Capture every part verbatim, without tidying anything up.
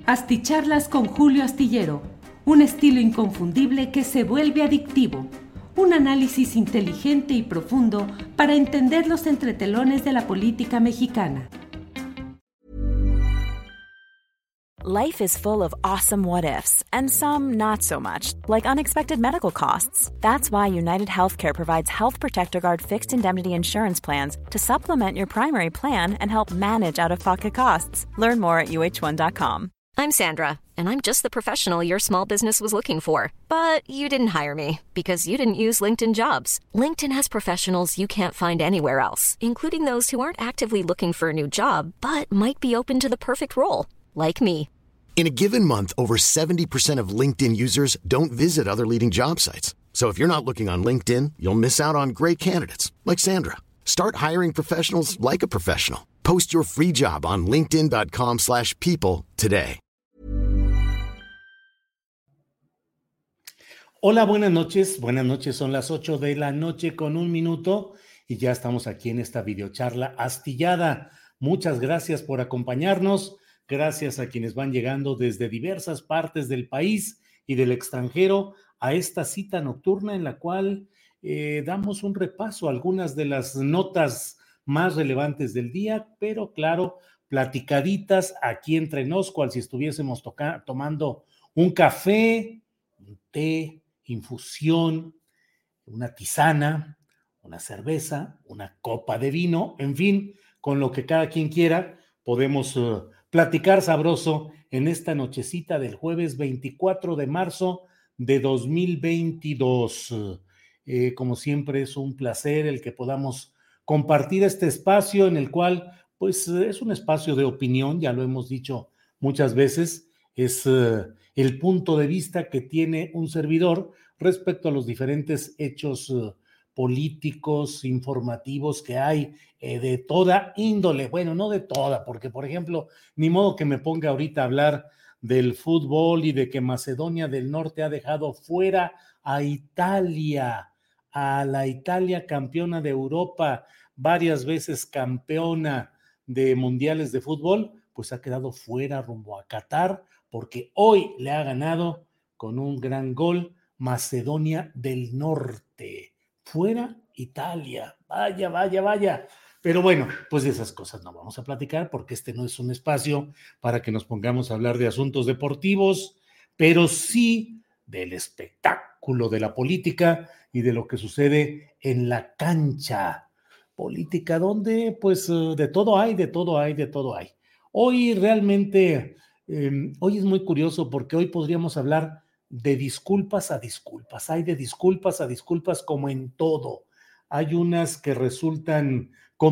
Asticharlas con Julio Astillero, un estilo inconfundible que se vuelve adictivo. Un análisis inteligente y profundo para entender los entretelones de la política mexicana. Life is full of awesome what-ifs, and some not so much, like unexpected medical costs. That's why United Healthcare provides Health Protector Guard fixed indemnity insurance plans to supplement your primary plan and help manage out-of-pocket costs. Learn more at U H one dot com. I'm Sandra, and I'm just the professional your small business was looking for. But you didn't hire me, because you didn't use LinkedIn Jobs. LinkedIn has professionals you can't find anywhere else, including those who aren't actively looking for a new job, but might be open to the perfect role, like me. In a given month, over seventy percent of LinkedIn users don't visit other leading job sites. So if you're not looking on LinkedIn, you'll miss out on great candidates like Sandra. Start hiring professionals like a professional. Post your free job on linkedin dot com slash people today. Hola, buenas noches. Buenas noches, son las ocho de la noche con un minuto y ya estamos aquí en esta videocharla astillada. Muchas gracias por acompañarnos. Gracias a quienes van llegando desde diversas partes del país y del extranjero a esta cita nocturna en la cual eh, damos un repaso a algunas de las notas más relevantes del día, pero claro, platicaditas aquí entre nos, cual si estuviésemos toca- tomando un café, un té, infusión, una tisana, una cerveza, una copa de vino, en fin, con lo que cada quien quiera, podemos uh, platicar sabroso en esta nochecita del jueves veinticuatro de marzo de dos mil veintidós. Eh, como siempre es un placer el que podamos compartir este espacio en el cual pues es un espacio de opinión, ya lo hemos dicho muchas veces, es uh, el punto de vista que tiene un servidor respecto a los diferentes hechos uh, políticos, informativos que hay eh, de toda índole. Bueno, no de toda, porque por ejemplo, ni modo que me ponga ahorita a hablar del fútbol y de que Macedonia del Norte ha dejado fuera a Italia, a la Italia campeona de Europa, varias veces campeona de mundiales de fútbol, pues ha quedado fuera rumbo a Qatar, porque hoy le ha ganado con un gran gol Macedonia del Norte. Fuera Italia, vaya, vaya, vaya. Pero bueno, pues de esas cosas no vamos a platicar porque este no es un espacio para que nos pongamos a hablar de asuntos deportivos, pero sí del espectáculo de la política y de lo que sucede en la cancha política, donde pues de todo hay, de todo hay, de todo hay. Hoy realmente, eh, hoy es muy curioso porque hoy podríamos hablar de disculpas a disculpas. Hay de disculpas a disculpas como en todo. Hay unas que resultan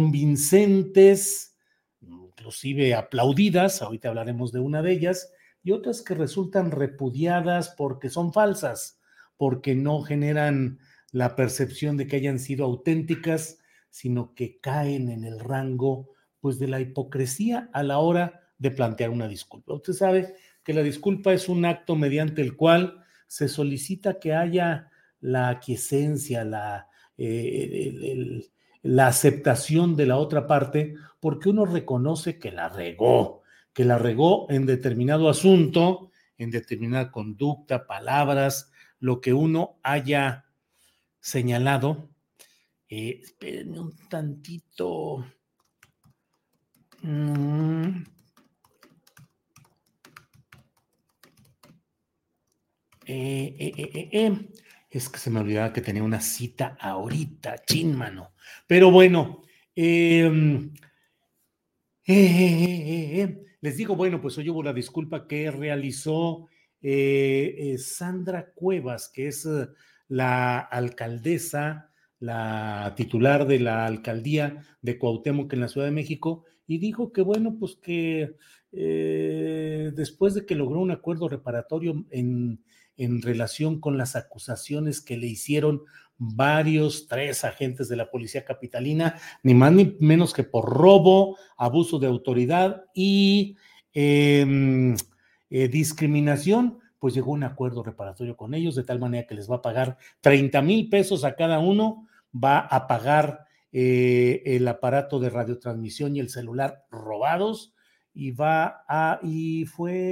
convincentes, inclusive aplaudidas, ahorita hablaremos de una de ellas, y otras que resultan repudiadas porque son falsas, porque no generan la percepción de que hayan sido auténticas, sino que caen en el rango pues de la hipocresía a la hora de plantear una disculpa. Usted sabe que la disculpa es un acto mediante el cual se solicita que haya la aquiescencia, la, eh, el, el, la aceptación de la otra parte, porque uno reconoce que la regó, que la regó en determinado asunto, en determinada conducta, palabras, lo que uno haya señalado. Eh, espérenme un tantito. Mm. Eh, eh, eh, eh, eh. Es que se me olvidaba que tenía una cita ahorita, chin, mano. Pero bueno, eh, eh, eh, eh, les digo, bueno, pues hoy hubo la disculpa que realizó eh, eh, Sandra Cuevas, que es eh, la alcaldesa, la titular de la alcaldía de Cuauhtémoc en la Ciudad de México, y dijo que bueno, pues que eh, después de que logró un acuerdo reparatorio en en relación con las acusaciones que le hicieron varios, tres agentes de la policía capitalina, ni más ni menos que por robo, abuso de autoridad y eh, eh, discriminación, pues llegó a un acuerdo reparatorio con ellos, de tal manera que les va a pagar treinta mil pesos a cada uno, va a pagar eh, el aparato de radiotransmisión y el celular robados, y va a, y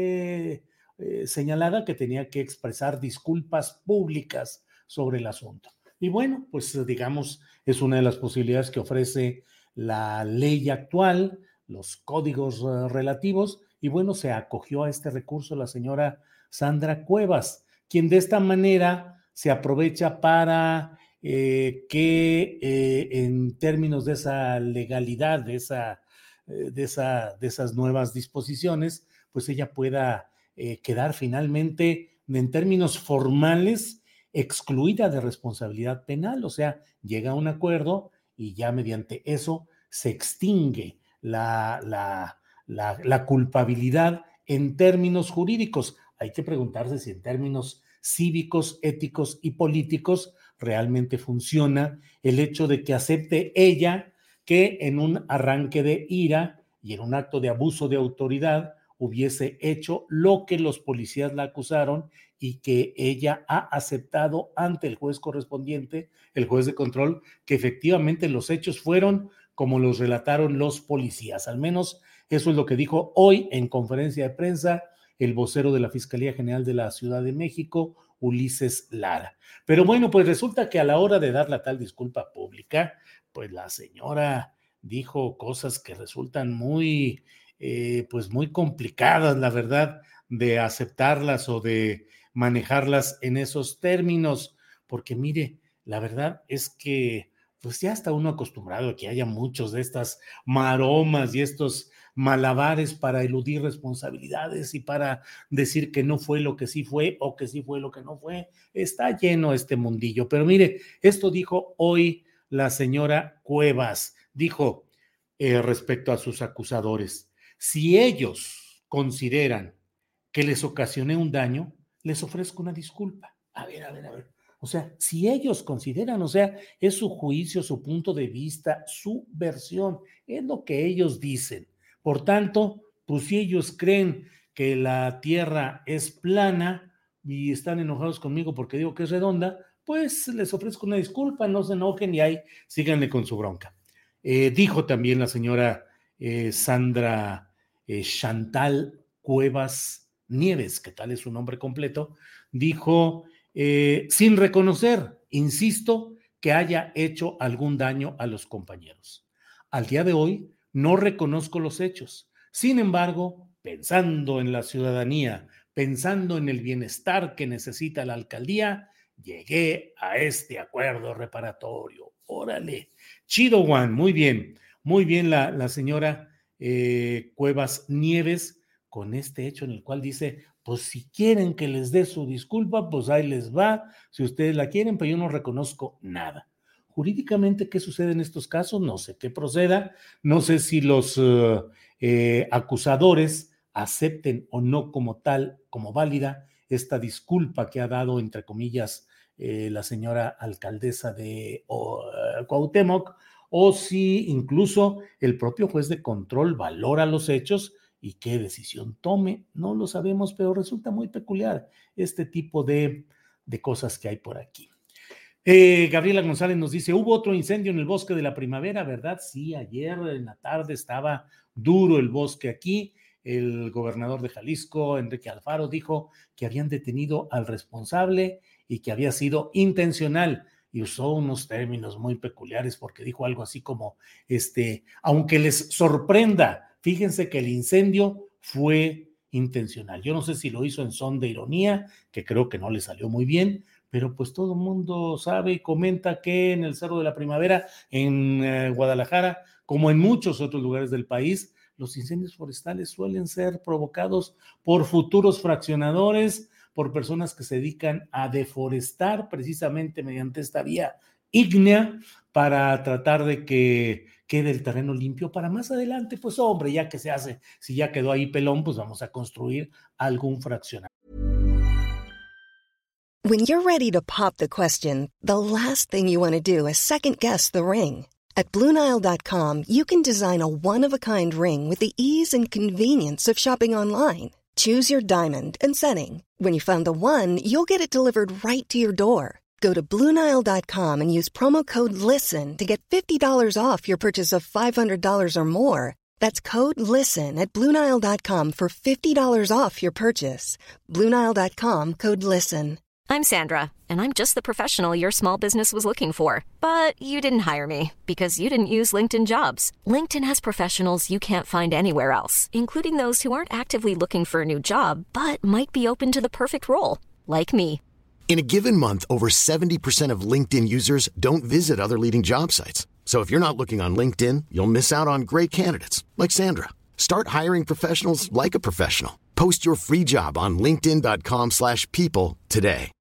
fue eh, señalada que tenía que expresar disculpas públicas sobre el asunto. Y bueno, pues digamos, es una de las posibilidades que ofrece la ley actual, los códigos uh, relativos, y bueno, se acogió a este recurso la señora Sandra Cuevas, quien de esta manera se aprovecha para eh, que eh, en términos de esa legalidad, de, esa, eh, de, esa, de esas nuevas disposiciones, pues ella pueda eh, quedar finalmente en términos formales excluida de responsabilidad penal, o sea, llega a un acuerdo y ya mediante eso se extingue la, la, la, la culpabilidad en términos jurídicos. Hay que preguntarse si en términos cívicos, éticos y políticos realmente funciona el hecho de que acepte ella que en un arranque de ira y en un acto de abuso de autoridad hubiese hecho lo que los policías la acusaron y que ella ha aceptado ante el juez correspondiente, el juez de control, que efectivamente los hechos fueron como los relataron los policías. Al menos eso es lo que dijo hoy en conferencia de prensa el vocero de la Fiscalía General de la Ciudad de México, Ulises Lara. Pero bueno, pues resulta que a la hora de dar la tal disculpa pública, pues la señora dijo cosas que resultan muy, eh, pues muy complicadas, la verdad, de aceptarlas o de manejarlas en esos términos, porque mire, la verdad es que pues ya está uno acostumbrado a que haya muchos de estas maromas y estos malabares para eludir responsabilidades y para decir que no fue lo que sí fue o que sí fue lo que no fue. Está lleno este mundillo. Pero mire, esto dijo hoy la señora Cuevas. Dijo eh, respecto a sus acusadores, si ellos consideran que les ocasioné un daño, les ofrezco una disculpa. A ver, a ver, a ver. O sea, si ellos consideran, o sea, es su juicio, su punto de vista, su versión, es lo que ellos dicen. Por tanto, pues si ellos creen que la Tierra es plana y están enojados conmigo porque digo que es redonda, pues les ofrezco una disculpa, no se enojen y ahí síganle con su bronca. Eh, dijo también la señora eh, Sandra eh, Chantal Cuevas Nieves, que tal es su nombre completo, dijo, eh, sin reconocer, insisto, que haya hecho algún daño a los compañeros. Al día de hoy, no reconozco los hechos. Sin embargo, pensando en la ciudadanía, pensando en el bienestar que necesita la alcaldía, llegué a este acuerdo reparatorio. Órale, chido, Juan, muy bien, muy bien la, la señora eh, Cuevas Nieves con este hecho en el cual dice, pues si quieren que les dé su disculpa, pues ahí les va, si ustedes la quieren, pero yo no reconozco nada. Jurídicamente, ¿qué sucede en estos casos? No sé qué proceda, no sé si los uh, eh, acusadores acepten o no como tal, como válida, esta disculpa que ha dado, entre comillas, eh, la señora alcaldesa de uh, Cuauhtémoc, o si incluso el propio juez de control valora los hechos y qué decisión tome, no lo sabemos, pero resulta muy peculiar este tipo de, de cosas que hay por aquí. Eh, Gabriela González nos dice, hubo otro incendio en el Bosque de la Primavera, ¿verdad? Sí, ayer en la tarde estaba duro el bosque aquí. El gobernador de Jalisco, Enrique Alfaro, dijo que habían detenido al responsable y que había sido intencional. Y usó unos términos muy peculiares porque dijo algo así como, este, aunque les sorprenda, fíjense que el incendio fue intencional. Yo no sé si lo hizo en son de ironía, que creo que no le salió muy bien, pero pues todo el mundo sabe y comenta que en el Cerro de la Primavera, en eh, Guadalajara, como en muchos otros lugares del país, los incendios forestales suelen ser provocados por futuros fraccionadores, por personas que se dedican a deforestar precisamente mediante esta vía ígnea para tratar de que quede el terreno limpio para más adelante, pues hombre, ya que se hace, si ya quedó ahí pelón, pues vamos a construir algún fraccionamiento. When you're ready to pop the question, the last thing you want to do is second guess the ring. At Blue Nile dot com, you can design a one-of-a-kind ring with the ease and convenience of shopping online. Choose your diamond and setting. When you find the one, you'll get it delivered right to your door. Go to Blue Nile dot com and use promo code LISTEN to get fifty dollars off your purchase of five hundred dollars or more. That's code LISTEN at Blue Nile dot com for fifty dollars off your purchase. Blue Nile dot com, code LISTEN. I'm Sandra, and I'm just the professional your small business was looking for. But you didn't hire me because you didn't use LinkedIn Jobs. LinkedIn has professionals you can't find anywhere else, including those who aren't actively looking for a new job, but might be open to the perfect role, like me. In a given month, over seventy percent of LinkedIn users don't visit other leading job sites. So if you're not looking on LinkedIn, you'll miss out on great candidates like Sandra. Start hiring professionals like a professional. Post your free job on linkedin dot com slash people today.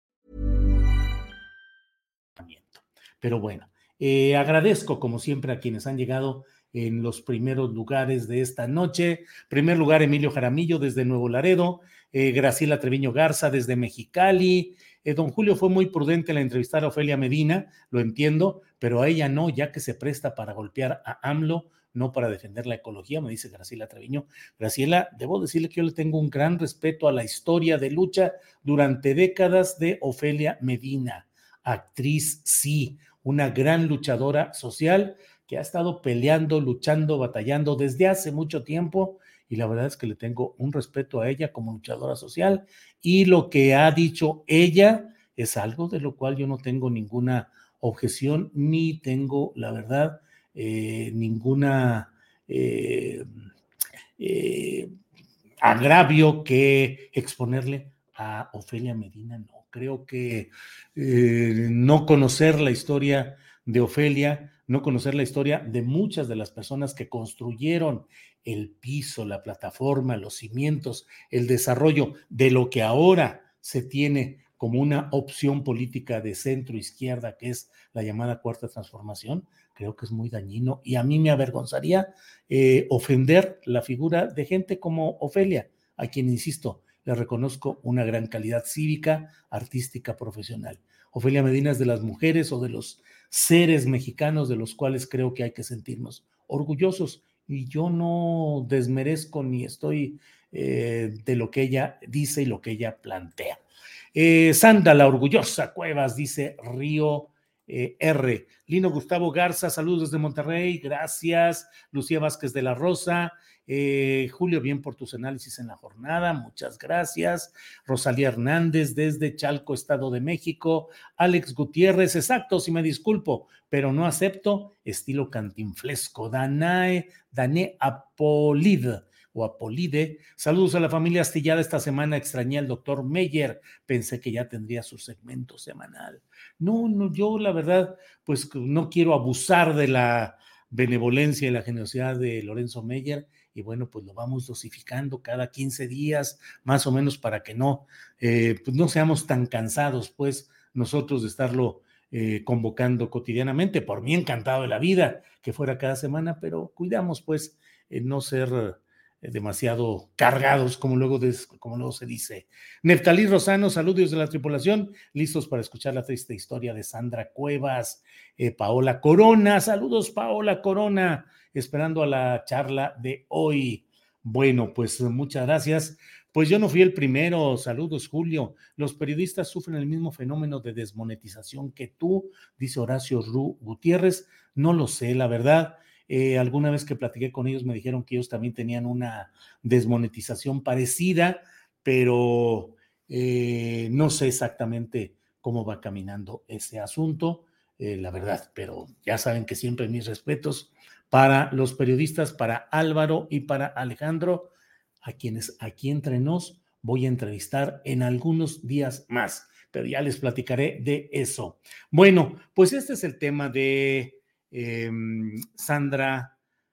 Pero bueno, eh, agradezco como siempre a quienes han llegado en los primeros lugares de esta noche. Primer lugar, Emilio Jaramillo desde Nuevo Laredo, eh, Graciela Treviño Garza desde Mexicali. Eh, don Julio fue muy prudente al entrevistar a Ofelia Medina, lo entiendo, pero a ella no, ya que se presta para golpear a AMLO, no para defender la ecología, me dice Graciela Treviño. Graciela, debo decirle que yo le tengo un gran respeto a la historia de lucha durante décadas de Ofelia Medina, actriz, sí, una gran luchadora social que ha estado peleando, luchando, batallando desde hace mucho tiempo, y la verdad es que le tengo un respeto a ella como luchadora social, y lo que ha dicho ella es algo de lo cual yo no tengo ninguna objeción, ni tengo, la verdad, eh, ninguna eh, eh, agravio que exponerle a Ofelia Medina. No, creo que eh, no conocer la historia de Ofelia, no conocer la historia de muchas de las personas que construyeron el piso, la plataforma, los cimientos, el desarrollo de lo que ahora se tiene como una opción política de centro-izquierda, que es la llamada Cuarta Transformación, creo que es muy dañino, y a mí me avergonzaría eh, ofender la figura de gente como Ofelia, a quien, insisto, le reconozco una gran calidad cívica, artística, profesional. Ofelia Medina es de las mujeres o de los seres mexicanos de los cuales creo que hay que sentirnos orgullosos, y yo no desmerezco ni estoy eh, de lo que ella dice y lo que ella plantea. Eh, Sandra, la orgullosa Cuevas, dice Río eh, R. Lino Gustavo Garza, saludos desde Monterrey, gracias. Lucía Vázquez de la Rosa, eh, Julio, bien por tus análisis en la jornada, muchas gracias. Rosalía Hernández desde Chalco, Estado de México. Alex Gutiérrez, exacto, si me disculpo, pero no acepto estilo cantinflesco. Danae, Danae Apolide o Apolide, saludos a la familia Astillada. Esta semana extrañé al doctor Meyer, pensé que ya tendría su segmento semanal. No, no, yo la verdad, pues no quiero abusar de la benevolencia y la generosidad de Lorenzo Meyer, y bueno, pues lo vamos dosificando cada quince días, más o menos, para que no, eh, pues no seamos tan cansados, pues, nosotros de estarlo eh, convocando cotidianamente. Por mí encantado de la vida que fuera cada semana, pero cuidamos, pues, eh, no ser eh, demasiado cargados, como luego, de, como luego se dice. Neftalí Rosano, saludos de la tripulación, listos para escuchar la triste historia de Sandra Cuevas. Eh, Paola Corona, saludos Paola Corona, esperando a la charla de hoy. Bueno, pues muchas gracias. Pues yo no fui el primero, saludos Julio. Los periodistas sufren el mismo fenómeno de desmonetización que tú, dice Horacio Ru Gutiérrez. No lo sé, la verdad. Eh, alguna vez que platiqué con ellos me dijeron que ellos también tenían una desmonetización parecida, pero eh, no sé exactamente cómo va caminando ese asunto, eh, la verdad, pero ya saben que siempre mis respetos para los periodistas, para Álvaro y para Alejandro, a quienes aquí entre nos voy a entrevistar en algunos días más, pero ya les platicaré de eso. Bueno, pues este es el tema de eh, Sandra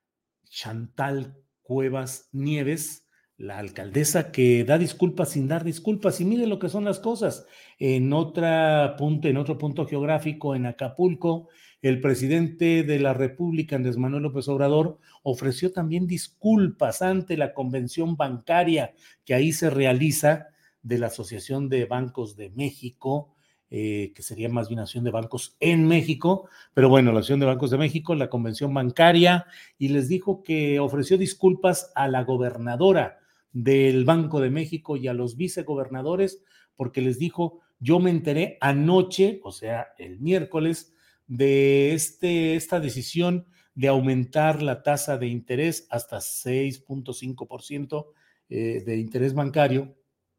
Chantal Cuevas Nieves, la alcaldesa que da disculpas sin dar disculpas, y mire lo que son las cosas. En otra punto, en otro punto geográfico, en Acapulco, el presidente de la República, Andrés Manuel López Obrador, ofreció también disculpas ante la convención bancaria que ahí se realiza de la Asociación de Bancos de México, eh, que sería más bien una asociación de bancos en México, pero bueno, la Asociación de Bancos de México, la convención bancaria, y les dijo que ofreció disculpas a la gobernadora del Banco de México y a los vicegobernadores, porque les dijo, yo me enteré anoche, o sea, el miércoles, de este, esta decisión de aumentar la tasa de interés hasta seis punto cinco por ciento eh, de interés bancario,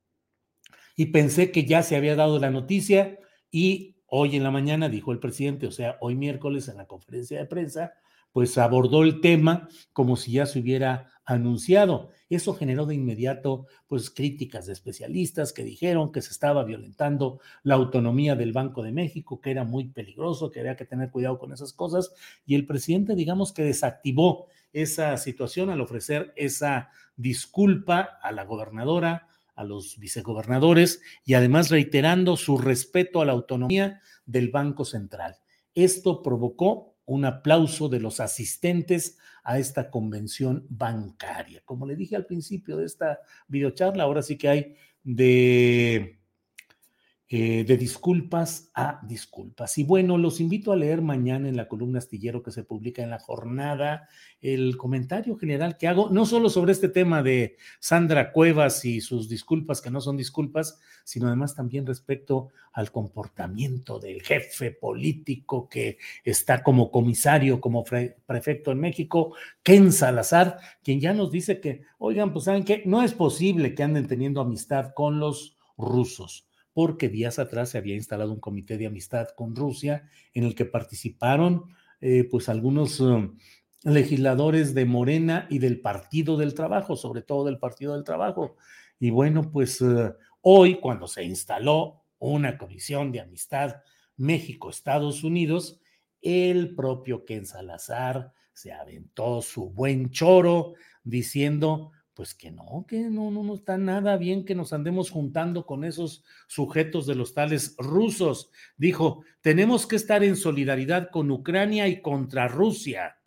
y pensé que ya se había dado la noticia, y hoy en la mañana dijo el presidente, o sea, hoy miércoles en la conferencia de prensa, pues abordó el tema como si ya se hubiera anunciado. Eso generó de inmediato pues críticas de especialistas que dijeron que se estaba violentando la autonomía del Banco de México, que era muy peligroso, que había que tener cuidado con esas cosas, y el presidente, digamos que desactivó esa situación al ofrecer esa disculpa a la gobernadora, a los vicegobernadores, y además reiterando su respeto a la autonomía del Banco Central. Esto provocó un aplauso de los asistentes a esta convención bancaria. Como le dije al principio de esta videocharla, ahora sí que hay de... Eh, de disculpas a disculpas. Y bueno, los invito a leer mañana en la columna Astillero que se publica en La Jornada el comentario general que hago, no solo sobre este tema de Sandra Cuevas y sus disculpas que no son disculpas, sino además también respecto al comportamiento del jefe político que está como comisario, como prefecto en México, Ken Salazar, quien ya nos dice que, oigan, pues saben que no es posible que anden teniendo amistad con los rusos, porque días atrás se había instalado un comité de amistad con Rusia en el que participaron eh, pues algunos um, legisladores de Morena y del Partido del Trabajo, sobre todo del Partido del Trabajo. Y bueno, pues uh, hoy cuando se instaló una comisión de amistad México-Estados Unidos, el propio Ken Salazar se aventó su buen choro diciendo pues que no, que no, no, no está nada bien que nos andemos juntando con esos sujetos de los tales rusos. Dijo, tenemos que estar en solidaridad con Ucrania y contra Rusia.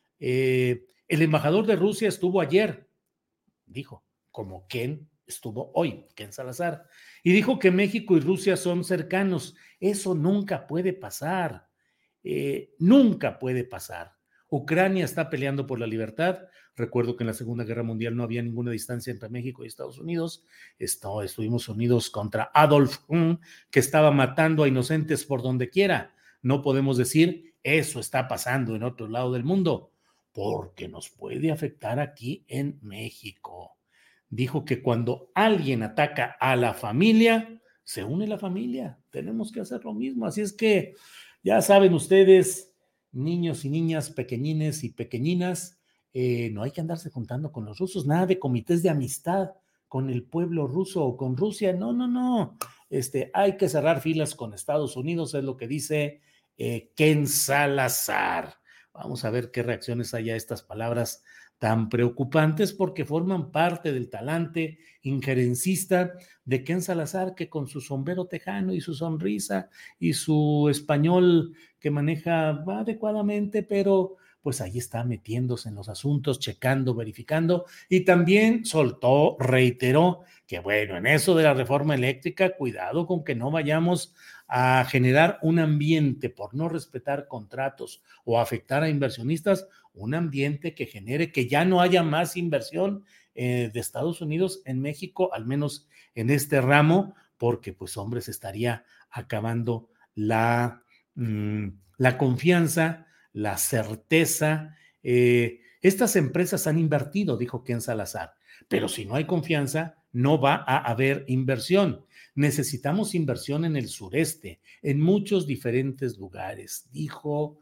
Eh, el embajador de Rusia estuvo ayer, dijo, como Ken estuvo hoy, Ken Salazar, y dijo que México y Rusia son cercanos. Eso nunca puede pasar, eh, nunca puede pasar. Ucrania está peleando por la libertad. Recuerdo que en la Segunda Guerra Mundial no había ninguna distancia entre México y Estados Unidos. Esto, estuvimos unidos contra Adolf Hitler, que estaba matando a inocentes por donde quiera. No podemos decir, eso está pasando en otro lado del mundo, porque nos puede afectar aquí en México. Dijo que cuando alguien ataca a la familia, se une la familia. Tenemos que hacer lo mismo. Así es que, ya saben ustedes, niños y niñas, pequeñines y pequeñinas, eh, no hay que andarse juntando con los rusos, nada de comités de amistad con el pueblo ruso o con Rusia, no, no, no, este, hay que cerrar filas con Estados Unidos, es lo que dice eh, Ken Salazar. Vamos a ver qué reacciones hay a estas palabras tan preocupantes, porque forman parte del talante injerencista de Ken Salazar, que con su sombrero tejano y su sonrisa y su español que maneja adecuadamente, pero pues ahí está metiéndose en los asuntos, checando, verificando, y también soltó, reiteró que bueno, en eso de la reforma eléctrica, cuidado con que no vayamos a generar un ambiente por no respetar contratos o afectar a inversionistas, un ambiente que genere que ya no haya más inversión eh, de Estados Unidos en México, al menos en este ramo, porque pues hombre, se estaría acabando la, mmm, la confianza, la certeza. Eh, estas empresas han invertido, dijo Ken Salazar, pero si no hay confianza, no va a haber inversión. Necesitamos inversión en el sureste, en muchos diferentes lugares, dijo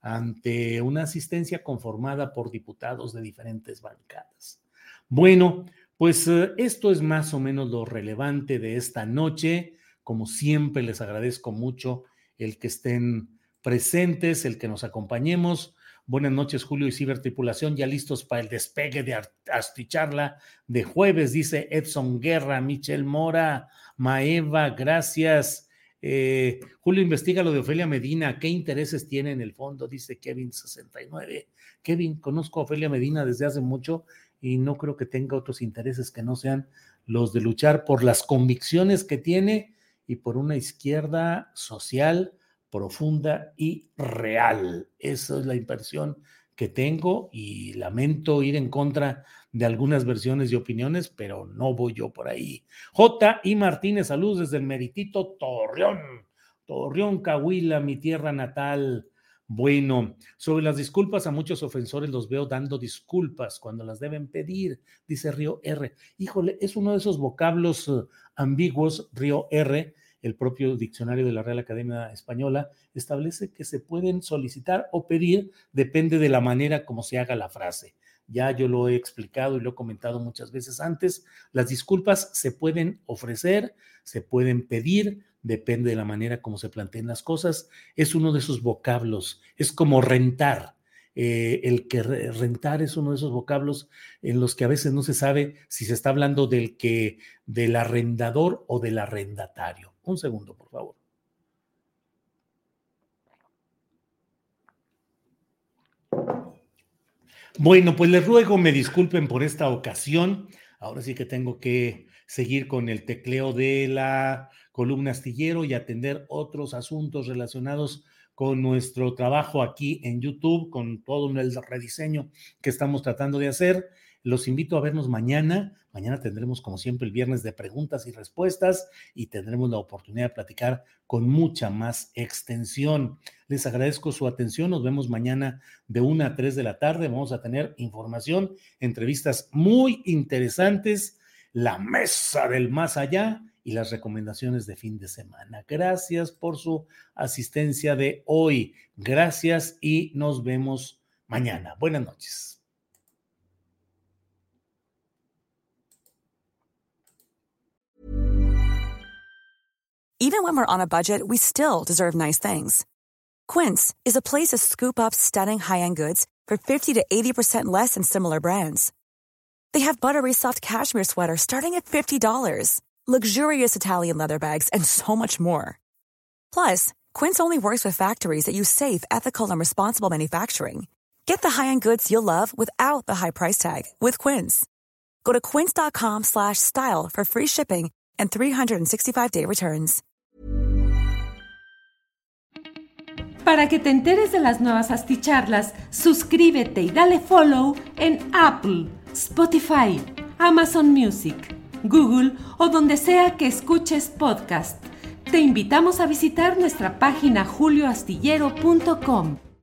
ante una asistencia conformada por diputados de diferentes bancadas. Bueno, pues eh, esto es más o menos lo relevante de esta noche. Como siempre, les agradezco mucho el que estén presentes, el que nos acompañemos. Buenas noches, Julio y Cibertripulación, ya listos para el despegue de Asticharla de jueves, dice Edson Guerra, Michelle Mora, Maeva, gracias. Eh, Julio, investiga lo de Ofelia Medina, ¿qué intereses tiene en el fondo? Dice Kevin sesenta y nueve. Kevin, conozco a Ofelia Medina desde hace mucho y no creo que tenga otros intereses que no sean los de luchar por las convicciones que tiene y por una izquierda social profunda y real. Esa es la impresión que tengo y lamento ir en contra de algunas versiones y opiniones, pero no voy yo por ahí. J. I. Martínez, saludos desde el meritito Torreón, Torreón, Coahuila, mi tierra natal. Bueno, sobre las disculpas, a muchos ofensores los veo dando disculpas cuando las deben pedir, dice Río R. Híjole, es uno de esos vocablos uh, ambiguos, Río R. El propio diccionario de la Real Academia Española establece que se pueden solicitar o pedir, depende de la manera como se haga la frase. Ya yo lo he explicado y lo he comentado muchas veces antes. Las disculpas se pueden ofrecer, se pueden pedir, depende de la manera como se planteen las cosas. Es uno de esos vocablos, es como rentar. Eh, el que re- rentar es uno de esos vocablos en los que a veces no se sabe si se está hablando del que, del arrendador o del arrendatario. Un segundo, por favor. Bueno, pues les ruego me disculpen por esta ocasión. Ahora sí que tengo que seguir con el tecleo de la columna astillero y atender otros asuntos relacionados con nuestro trabajo aquí en YouTube, con todo el rediseño que estamos tratando de hacer. Los invito a vernos mañana. Mañana tendremos, como siempre, el viernes de preguntas y respuestas y tendremos la oportunidad de platicar con mucha más extensión. Les agradezco su atención. Nos vemos mañana de una a tres de la tarde. Vamos a tener información, entrevistas muy interesantes, la mesa del más allá y las recomendaciones de fin de semana. Gracias por su asistencia de hoy. Gracias y nos vemos mañana. Buenas noches. Even when we're on a budget, we still deserve nice things. Quince is a place to scoop up stunning high-end goods for fifty to eighty percent less than similar brands. They have buttery soft cashmere sweaters starting at fifty dollars, luxurious Italian leather bags, and so much more. Plus, Quince only works with factories that use safe, ethical, and responsible manufacturing. Get the high-end goods you'll love without the high price tag with Quince. Go to quince.com slash style for free shipping and three sixty-five day returns. Para que te enteres de las nuevas asticharlas, suscríbete y dale follow en Apple, Spotify, Amazon Music, Google o donde sea que escuches podcast. Te invitamos a visitar nuestra página julio astillero punto com.